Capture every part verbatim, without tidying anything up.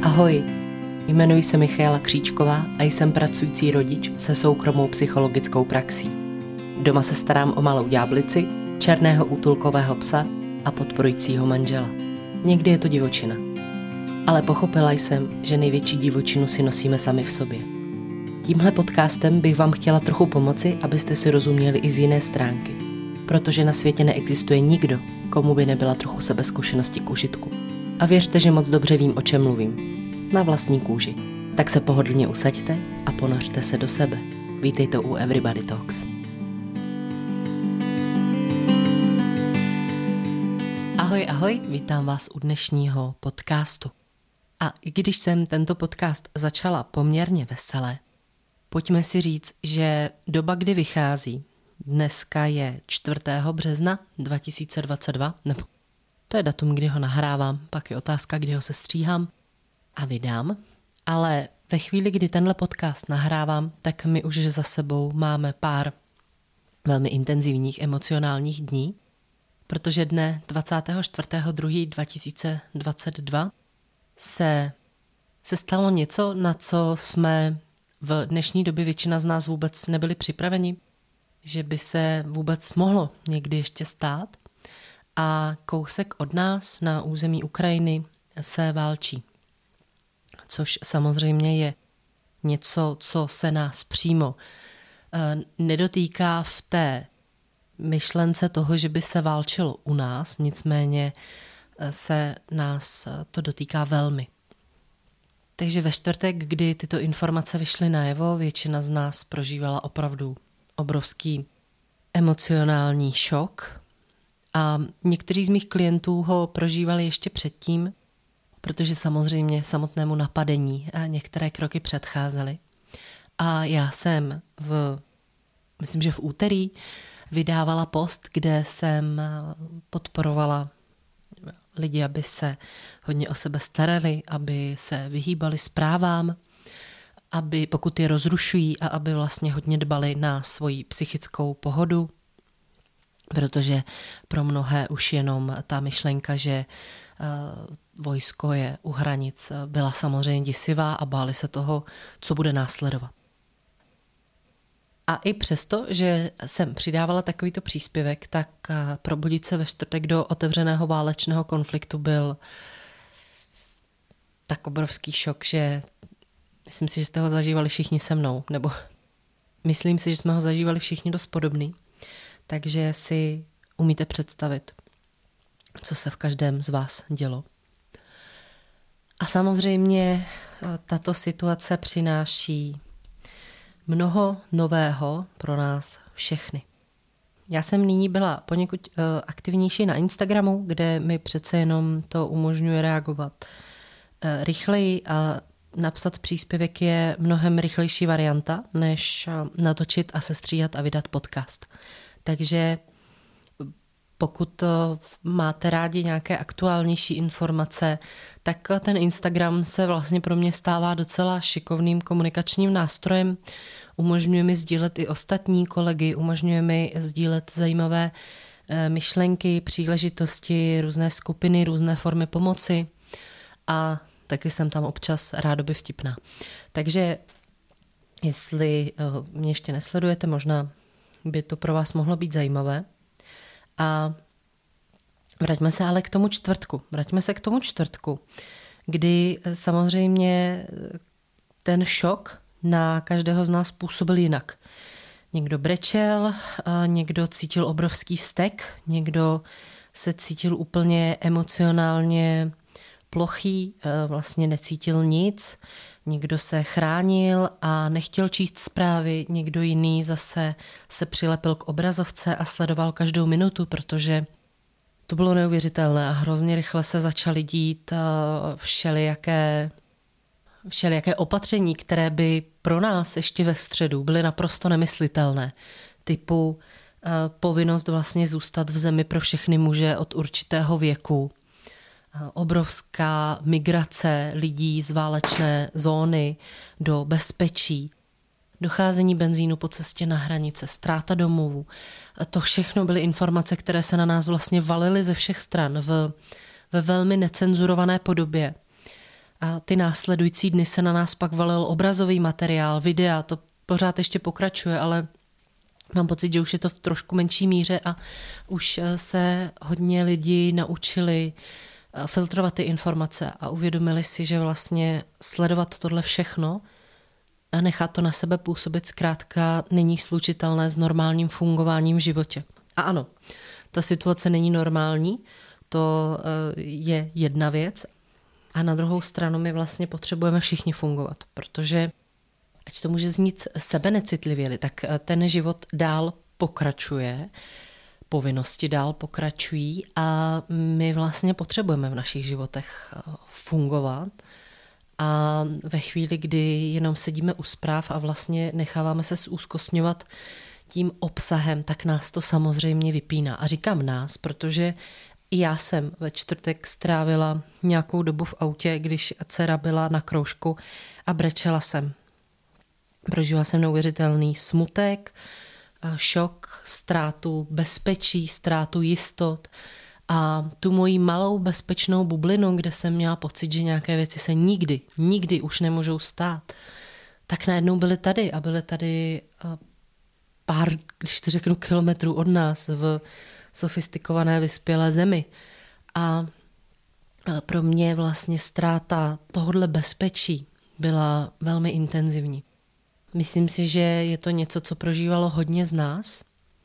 Ahoj, jmenuji se Michaela Kříčková a jsem pracující rodič se soukromou psychologickou praxí. Doma se starám o malou ďáblici, černého útulkového psa a podporujícího manžela. Někdy je to divočina. Ale pochopila jsem, že největší divočinu si nosíme sami v sobě. Tímhle podcastem bych vám chtěla trochu pomoci, abyste si rozuměli i z jiné stránky. Protože na světě neexistuje nikdo, komu by nebyla trochu sebezkušenosti k užitku. A věřte, že moc dobře vím, o čem mluvím. Na vlastní kůži. Tak se pohodlně usaďte a ponořte se do sebe. Vítejte u Everybody Talks. Ahoj, ahoj, vítám vás u dnešního podcastu. A i když jsem tento podcast začala poměrně vesele, pojďme si říct, že doba, kdy vychází, dneska je čtvrtého března dva tisíce dvacet dva, nebo to je datum, kdy ho nahrávám, pak je otázka, kdy ho sestříhám a vydám, ale ve chvíli, kdy tenhle podcast nahrávám, tak my už za sebou máme pár velmi intenzivních emocionálních dní, protože dne dvacátého čtvrtého druhého dva tisíce dvacet dva se, se stalo něco, na co jsme v dnešní době většina z nás vůbec nebyli připraveni, že by se vůbec mohlo někdy ještě stát. A kousek od nás na území Ukrajiny se válčí. Což samozřejmě je něco, co se nás přímo eh, nedotýká v té myšlence toho, že by se válčilo u nás, nicméně se nás to dotýká velmi. Takže ve čtvrtek, kdy tyto informace vyšly najevo, většina z nás prožívala opravdu obrovský emocionální šok a někteří z mých klientů ho prožívali ještě předtím, protože samozřejmě samotnému napadení a některé kroky předcházely. A já jsem v, myslím, že v úterý vydávala post, kde jsem podporovala lidi, aby se hodně o sebe starali, aby se vyhýbali zprávám, aby pokud je rozrušují a aby vlastně hodně dbali na svoji psychickou pohodu, protože pro mnohé už jenom ta myšlenka, že uh, vojsko je u hranic, byla samozřejmě děsivá a báli se toho, co bude následovat. A i přesto, že jsem přidávala takovýto příspěvek, tak probudit se ve čtvrtek do otevřeného válečného konfliktu byl tak obrovský šok, že myslím si, že jste ho zažívali všichni se mnou, nebo myslím si, že jsme ho zažívali všichni dost podobný, takže si umíte představit, co se v každém z vás dělo. A samozřejmě tato situace přináší mnoho nového pro nás všechny. Já jsem nyní byla poněkud uh, aktivnější na Instagramu, kde mi přece jenom to umožňuje reagovat uh, rychleji a napsat příspěvek je mnohem rychlejší varianta, než uh, natočit a sestříhat a vydat podcast. Takže pokud máte rádi nějaké aktuálnější informace, tak ten Instagram se vlastně pro mě stává docela šikovným komunikačním nástrojem. Umožňuje mi sdílet i ostatní kolegy, umožňuje mi sdílet zajímavé myšlenky, příležitosti, různé skupiny, různé formy pomoci a taky jsem tam občas rádoby vtipná. Takže jestli mě ještě nesledujete, možná by to pro vás mohlo být zajímavé. A vraťme se ale k tomu čtvrtku. Vraťme se k tomu čtvrtku, kdy samozřejmě ten šok na každého z nás působil jinak. Někdo brečel, někdo cítil obrovský vztek, někdo se cítil úplně emocionálně plochý, vlastně necítil nic, někdo se chránil a nechtěl číst zprávy, někdo jiný zase se přilepil k obrazovce a sledoval každou minutu, protože to bylo neuvěřitelné a hrozně rychle se začaly dít všelijaké, všelijaké opatření, které by pro nás ještě ve středu byly naprosto nemyslitelné. Typu povinnost vlastně zůstat v zemi pro všechny muže od určitého věku, obrovská migrace lidí z válečné zóny do bezpečí, docházení benzínu po cestě na hranice, ztráta domovů. To všechno byly informace, které se na nás vlastně valily ze všech stran v, ve velmi necenzurované podobě. A ty následující dny se na nás pak valil obrazový materiál, videa, to pořád ještě pokračuje, ale mám pocit, že už je to v trošku menší míře a už se hodně lidí naučili filtrovat ty informace a uvědomili si, že vlastně sledovat tohle všechno a nechat to na sebe působit zkrátka není slučitelné s normálním fungováním v životě. A ano, ta situace není normální, to je jedna věc. A na druhou stranu my vlastně potřebujeme všichni fungovat, protože ať to může znít sebenecitlivě, tak ten život dál pokračuje, povinnosti dál pokračují a my vlastně potřebujeme v našich životech fungovat. A ve chvíli, kdy jenom sedíme u zpráv a vlastně necháváme se zúzkostňovat tím obsahem, tak nás to samozřejmě vypíná. A říkám nás, protože já jsem ve čtvrtek strávila nějakou dobu v autě, když dcera byla na kroužku a brečela jsem. Prožila jsem neuvěřitelný smutek, šok, ztrátu bezpečí, ztrátu jistot a tu moji malou bezpečnou bublinu, kde jsem měla pocit, že nějaké věci se nikdy, nikdy už nemůžou stát, tak najednou byly tady a byly tady pár, když to řeknu, kilometrů od nás v sofistikované vyspělé zemi. A pro mě vlastně ztráta tohodle bezpečí byla velmi intenzivní. Myslím si, že je to něco, co prožívalo hodně z nás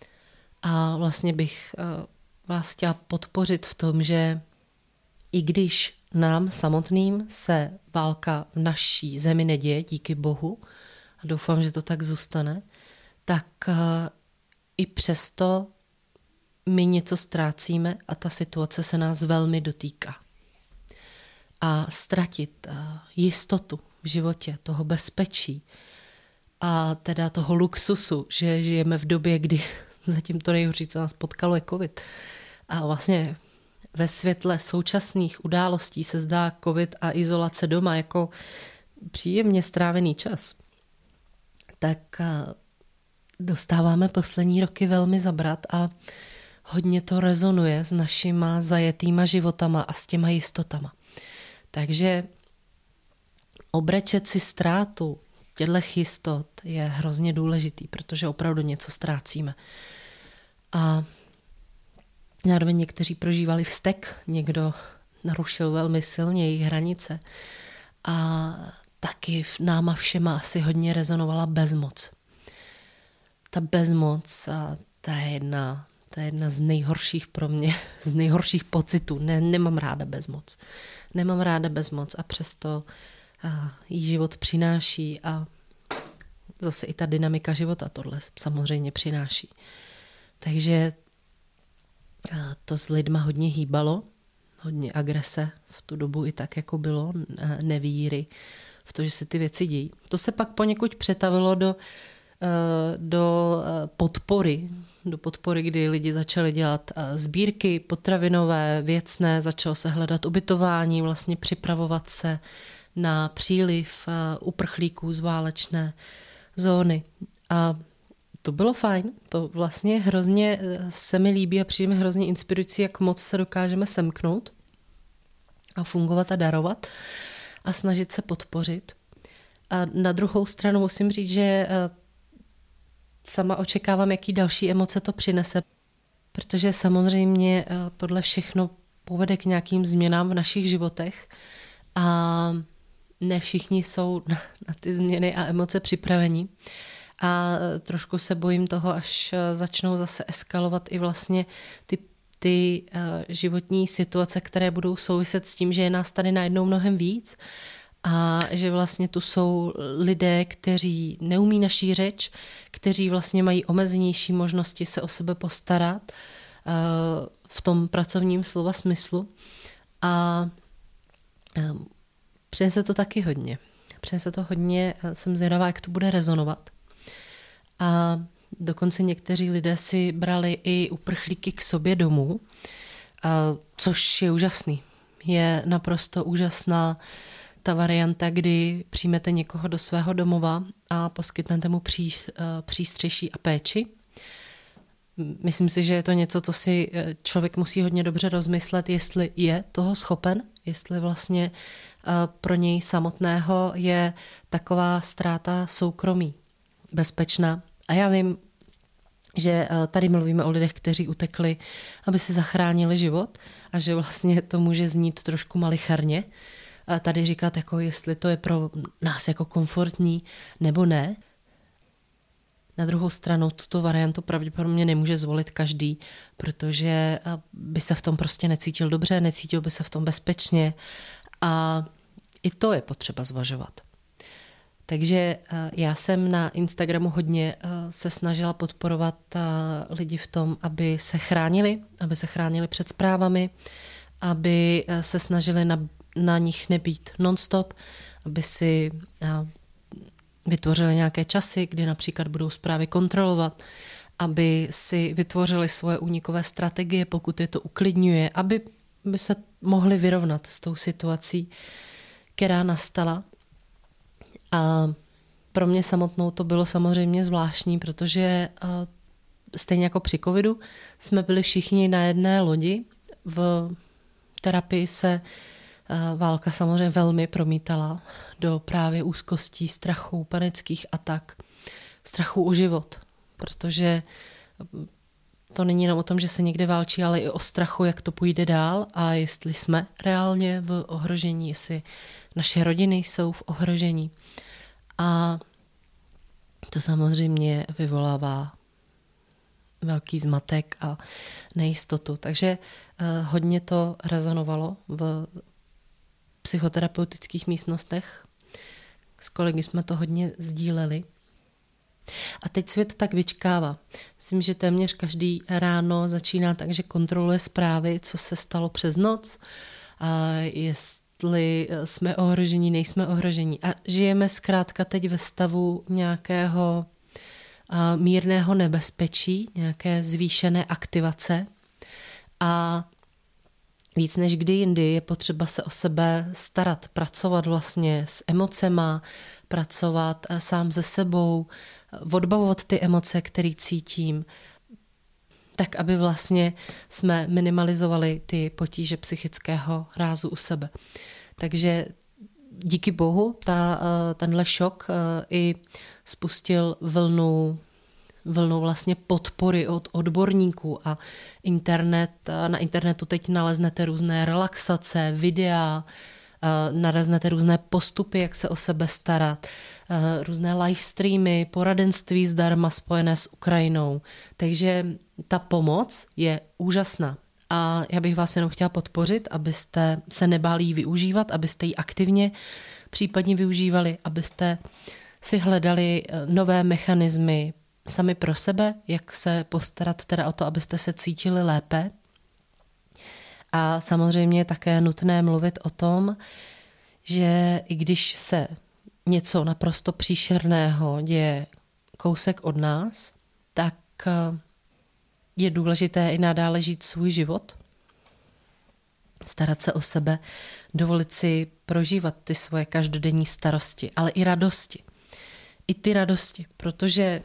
a vlastně bych vás chtěla podpořit v tom, že i když nám samotným se válka v naší zemi neděje, díky Bohu, a doufám, že to tak zůstane, tak i přesto my něco ztrácíme a ta situace se nás velmi dotýká. A ztratit jistotu v životě, toho bezpečí a teda toho luxusu, že žijeme v době, kdy zatím to nejhorší, co nás potkalo, je covid. A vlastně ve světle současných událostí se zdá covid a izolace doma jako příjemně strávený čas. Tak dostáváme poslední roky velmi zabrat a hodně to rezonuje s našima zajetýma životama a s těma jistotama. Takže obrečet si ztrátu těchto jistot je hrozně důležitý, protože opravdu něco ztrácíme. A zároveň někteří prožívali vztek, někdo narušil velmi silně jejich hranice a taky náma všema asi hodně rezonovala bezmoc. Ta bezmoc, a ta je jedna, ta je jedna z nejhorších pro mě, z nejhorších pocitů. Ne, nemám ráda bezmoc. Nemám ráda bezmoc a přesto a, jí život přináší a zase i ta dynamika života tohle samozřejmě přináší. Takže to s lidma hodně hýbalo, hodně agrese v tu dobu i tak, jako bylo, nevíry v to, že se ty věci dějí. To se pak poněkud přetavilo do, do podpory, do podpory, kdy lidi začali dělat sbírky potravinové, věcné, začalo se hledat ubytování, vlastně připravovat se na příliv uprchlíků z válečné zóny. A to bylo fajn, to vlastně hrozně se mi líbí a přijde mi hrozně inspirující, jak moc se dokážeme semknout a fungovat a darovat a snažit se podpořit. A na druhou stranu musím říct, že sama očekávám, jaký další emoce to přinese, protože samozřejmě tohle všechno povede k nějakým změnám v našich životech a ne všichni jsou na, na ty změny a emoce připraveni. A trošku se bojím toho, až začnou zase eskalovat i vlastně ty, ty životní situace, které budou souviset s tím, že je nás tady najednou mnohem víc a že vlastně tu jsou lidé, kteří neumí naší řeč, kteří vlastně mají omezenější možnosti se o sebe postarat v tom pracovním slova smyslu a přinese to taky hodně. Přinese to hodně, jsem zvědavá, jak to bude rezonovat. A dokonce někteří lidé si brali i uprchlíky k sobě domů, což je úžasný. Je naprosto úžasná ta varianta, kdy přijmete někoho do svého domova a poskytnete mu pří, přístřeší a péči. myslím si, že je to něco, co si člověk musí hodně dobře rozmyslet, jestli je toho schopen, jestli vlastně pro něj samotného je taková ztráta soukromí bezpečná. A já vím, že tady mluvíme o lidech, kteří utekli, aby si zachránili život a že vlastně to může znít trošku malicharně. A tady říkat, jako jestli to je pro nás jako komfortní nebo ne. Na druhou stranu tuto variantu pravděpodobně nemůže zvolit každý, protože by se v tom prostě necítil dobře, necítil by se v tom bezpečně a i to je potřeba zvažovat. Takže já jsem na Instagramu hodně se snažila podporovat lidi v tom, aby se chránili, aby se chránili před zprávami, aby se snažili na, na nich nebýt non-stop, aby si vytvořili nějaké časy, kdy například budou zprávy kontrolovat, aby si vytvořili svoje únikové strategie, pokud je to uklidňuje, aby, aby se mohli vyrovnat s tou situací, která nastala. A pro mě samotnou to bylo samozřejmě zvláštní, protože stejně jako při covidu jsme byli všichni na jedné lodi. V terapii se válka samozřejmě velmi promítala do právě úzkostí, strachu, panických atak, strachu o život, protože to není jenom o tom, že se někde válčí, ale i o strachu, jak to půjde dál a jestli jsme reálně v ohrožení, jestli naše rodiny jsou v ohrožení. A to samozřejmě vyvolává velký zmatek a nejistotu. Takže hodně to rezonovalo v psychoterapeutických místnostech. S kolegy jsme to hodně sdíleli. A teď svět tak vyčkává. Myslím, že téměř každý ráno začíná tak, že kontroluje zprávy, co se stalo přes noc, a jestli jsme ohrožení, nejsme ohrožení. A žijeme zkrátka teď ve stavu nějakého mírného nebezpečí, nějaké zvýšené aktivace a víc než kdy jindy je potřeba se o sebe starat, pracovat vlastně s emocema, pracovat sám se sebou, odbavovat ty emoce, které cítím, tak aby vlastně jsme minimalizovali ty potíže psychického rázu u sebe. Takže díky bohu ta, tenhle šok i spustil vlnu vlnou vlastně podpory od odborníků a internet, na internetu teď naleznete různé relaxace, videa, naleznete různé postupy, jak se o sebe starat, různé live streamy, poradenství zdarma spojené s Ukrajinou. Takže ta pomoc je úžasná. A já bych vás jenom chtěla podpořit, abyste se nebáli ji využívat, abyste ji aktivně případně využívali, abyste si hledali nové mechanismy sami pro sebe, jak se postarat teda o to, abyste se cítili lépe. A samozřejmě je také nutné mluvit o tom, že i když se něco naprosto příšerného děje kousek od nás, tak je důležité i nadále žít svůj život, starat se o sebe, dovolit si prožívat ty svoje každodenní starosti, ale i radosti. I ty radosti, protože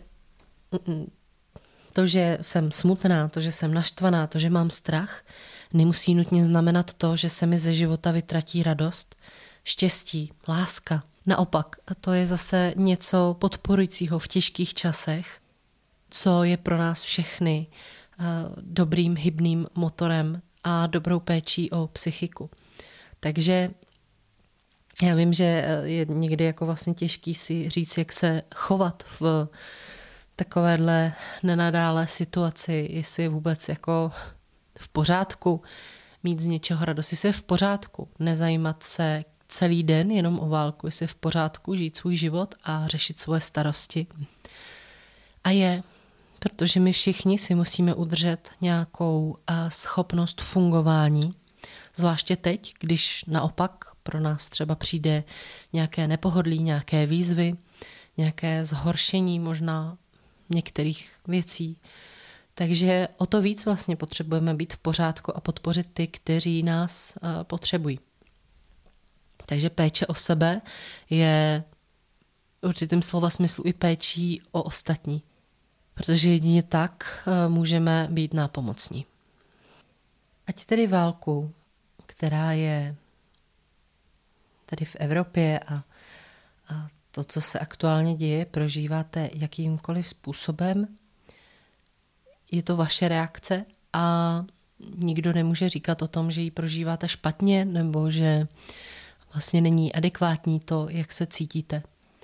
to, že jsem smutná, to, že jsem naštvaná, to, že mám strach, nemusí nutně znamenat to, že se mi ze života vytratí radost, štěstí, láska. Naopak, a to je zase něco podporujícího v těžkých časech, co je pro nás všechny dobrým hybným motorem a dobrou péčí o psychiku. Takže já vím, že je někdy jako vlastně těžký si říct, jak se chovat v takovéhle nenadálé situaci, jestli je vůbec jako v pořádku mít z něčeho radost, jestli je v pořádku nezajímat se celý den jenom o válku, jestli je v pořádku žít svůj život a řešit svoje starosti. A je, protože my všichni si musíme udržet nějakou schopnost fungování, zvláště teď, když naopak pro nás třeba přijde nějaké nepohodlí, nějaké výzvy, nějaké zhoršení možná některých věcí. Takže o to víc vlastně potřebujeme být v pořádku a podpořit ty, kteří nás uh, potřebují. Takže péče o sebe je v určitém slova smyslu i péčí o ostatní. protože jedině tak můžeme být nápomocní. Ať tedy válku, která je tady v Evropě a, a to, co se aktuálně děje, prožíváte jakýmkoliv způsobem, je to vaše reakce a nikdo nemůže říkat o tom, že ji prožíváte špatně nebo že vlastně není adekvátní to, jak se cítíte.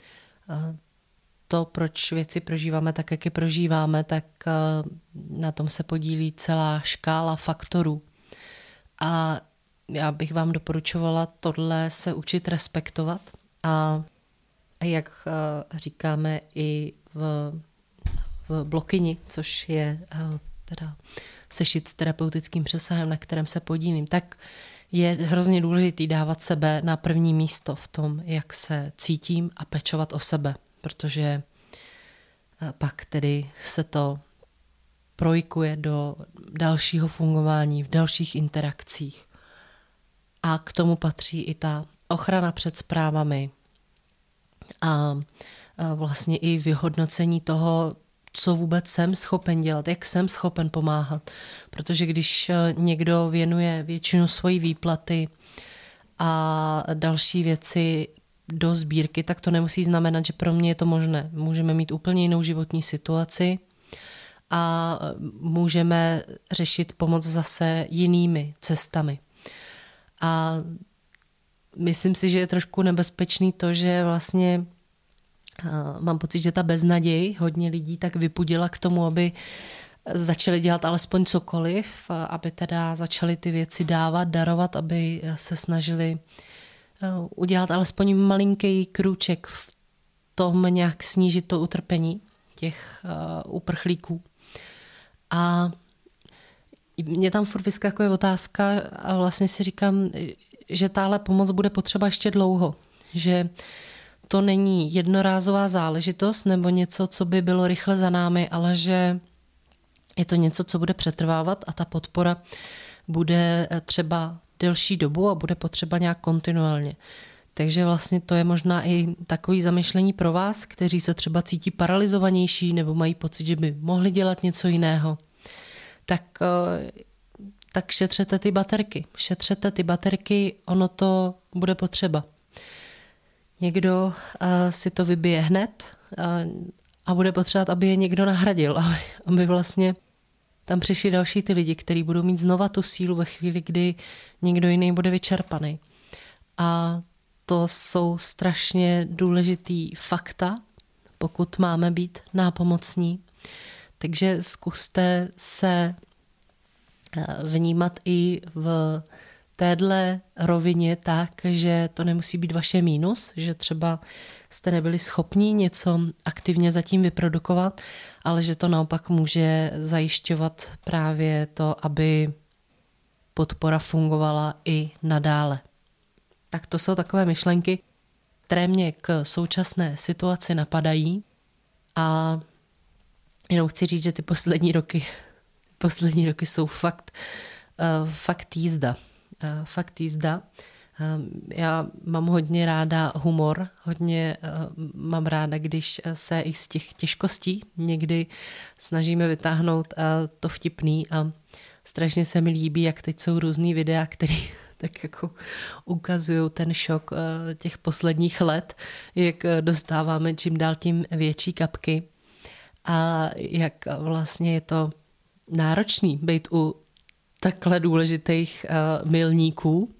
To, proč věci prožíváme tak, jak je prožíváme, tak na tom se podílí celá škála faktorů. A já bych vám doporučovala tohle se učit respektovat a jak říkáme i v, v blokyni, což je teda sešit s terapeutickým přesahem, na kterém se podílím, tak je hrozně důležitý dávat sebe na první místo v tom, jak se cítím a pečovat o sebe, protože pak tedy se to projikuje do dalšího fungování v dalších interakcích. A k tomu patří i ta ochrana před zprávami a vlastně i vyhodnocení toho, co vůbec jsem schopen dělat, jak jsem schopen pomáhat. Protože když někdo věnuje většinu svojí výplaty a další věci do sbírky, tak to nemusí znamenat, že pro mě je to možné. Můžeme mít úplně jinou životní situaci a můžeme řešit pomoc zase jinými cestami. A myslím si, že je trošku nebezpečný to, že vlastně mám pocit, že ta beznaděj hodně lidí tak vypudila k tomu, aby začali dělat alespoň cokoliv, aby teda začali ty věci dávat, darovat, aby se snažili udělat alespoň malinký krůček v tom nějak snížit to utrpení těch uprchlíků. A mě tam furt vyskakuje otázka a vlastně si říkám, že tahle pomoc bude potřeba ještě dlouho, že to není jednorázová záležitost nebo něco, co by bylo rychle za námi, ale že je to něco, co bude přetrvávat a ta podpora bude třeba delší dobu a bude potřeba nějak kontinuálně. Takže vlastně to je možná i takový zamyšlení pro vás, kteří se třeba cítí paralizovanější nebo mají pocit, že by mohli dělat něco jiného. Tak, tak šetřete ty baterky. Šetřete ty baterky, ono to bude potřeba. Někdo uh, si to vybije hned uh, a bude potřebovat, aby je někdo nahradil, aby, aby vlastně tam přišli další ty lidi, kteří budou mít znova tu sílu ve chvíli, kdy někdo jiný bude vyčerpaný. A to jsou strašně důležitý fakta, pokud máme být nápomocní. Takže zkuste se vnímat i v téhle rovině tak, že to nemusí být vaše mínus, že třeba jste nebyli schopni něco aktivně zatím vyprodukovat, ale že to naopak může zajišťovat právě to, aby podpora fungovala i nadále. Tak to jsou takové myšlenky, které mě k současné situaci napadají a jenom chci říct, že ty poslední roky, poslední roky jsou fakt, uh, fakt jízda. Uh, fakt jízda. Uh, já mám hodně ráda humor, hodně uh, mám ráda, když se i z těch těžkostí někdy snažíme vytáhnout uh, to vtipný a strašně se mi líbí, jak teď jsou různý videa, které tak jako ukazují ten šok uh, těch posledních let, jak dostáváme čím dál tím větší kapky a jak vlastně je to náročný být u takhle důležitých uh, milníků.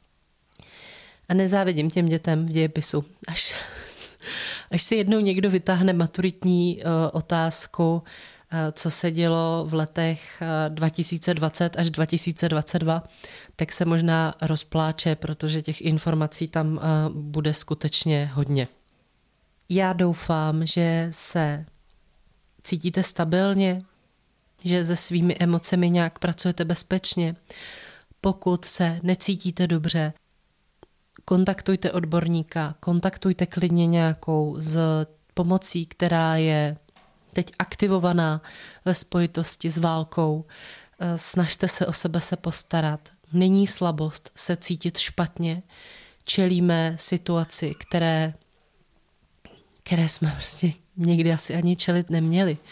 A nezávidím těm dětem v dějepisu. Až, až si jednou někdo vytáhne maturitní uh, otázku, uh, co se dělo v letech uh, dva tisíce dvacet až dva tisíce dvacet dva, tak se možná rozpláče, protože těch informací tam uh, bude skutečně hodně. Já doufám, že se cítíte stabilně, že se svými emocemi nějak pracujete bezpečně. Pokud se necítíte dobře, kontaktujte odborníka, kontaktujte klidně nějakou z pomocí, která je teď aktivovaná ve spojitosti s válkou. Snažte se o sebe se postarat. Není slabost se cítit špatně. Čelíme situaci, které, které jsme prostě někdy asi ani čelit neměli.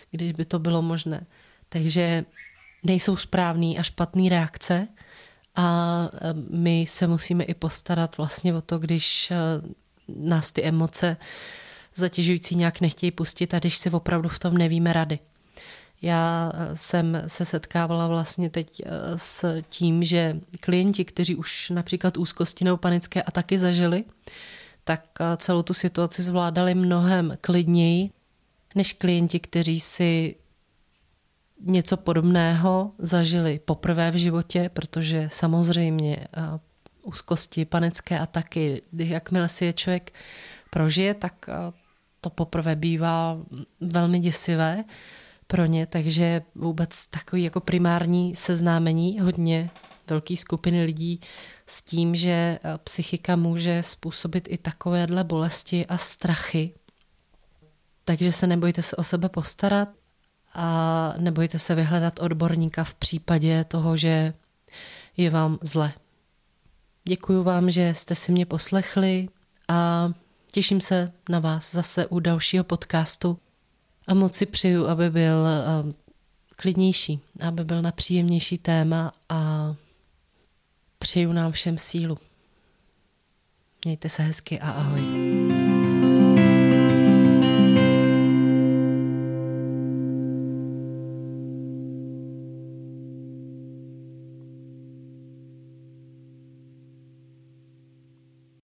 když by to bylo možné. Takže nejsou správný a špatný reakce a my se musíme i postarat vlastně o to, když nás ty emoce zatěžující nějak nechtějí pustit a když si opravdu v tom nevíme rady. Já jsem se setkávala vlastně teď s tím, že klienti, kteří už například úzkosti nebo panické ataky zažili, tak celou tu situaci zvládali mnohem klidněji než klienti, kteří si něco podobného zažili poprvé v životě, protože samozřejmě úzkosti, panické ataky, jakmile si je člověk prožije, tak to poprvé bývá velmi děsivé pro ně, takže vůbec takový jako primární seznámení hodně velký skupiny lidí s tím, že psychika může způsobit i takovéhle bolesti a strachy. Takže se nebojte se o sebe postarat a nebojte se vyhledat odborníka v případě toho, že je vám zle. Děkuju vám, že jste si mě poslechli a těším se na vás zase u dalšího podcastu a moc si přeju, aby byl klidnější, aby byl na příjemnější téma a přeju nám všem sílu. Mějte se hezky a ahoj.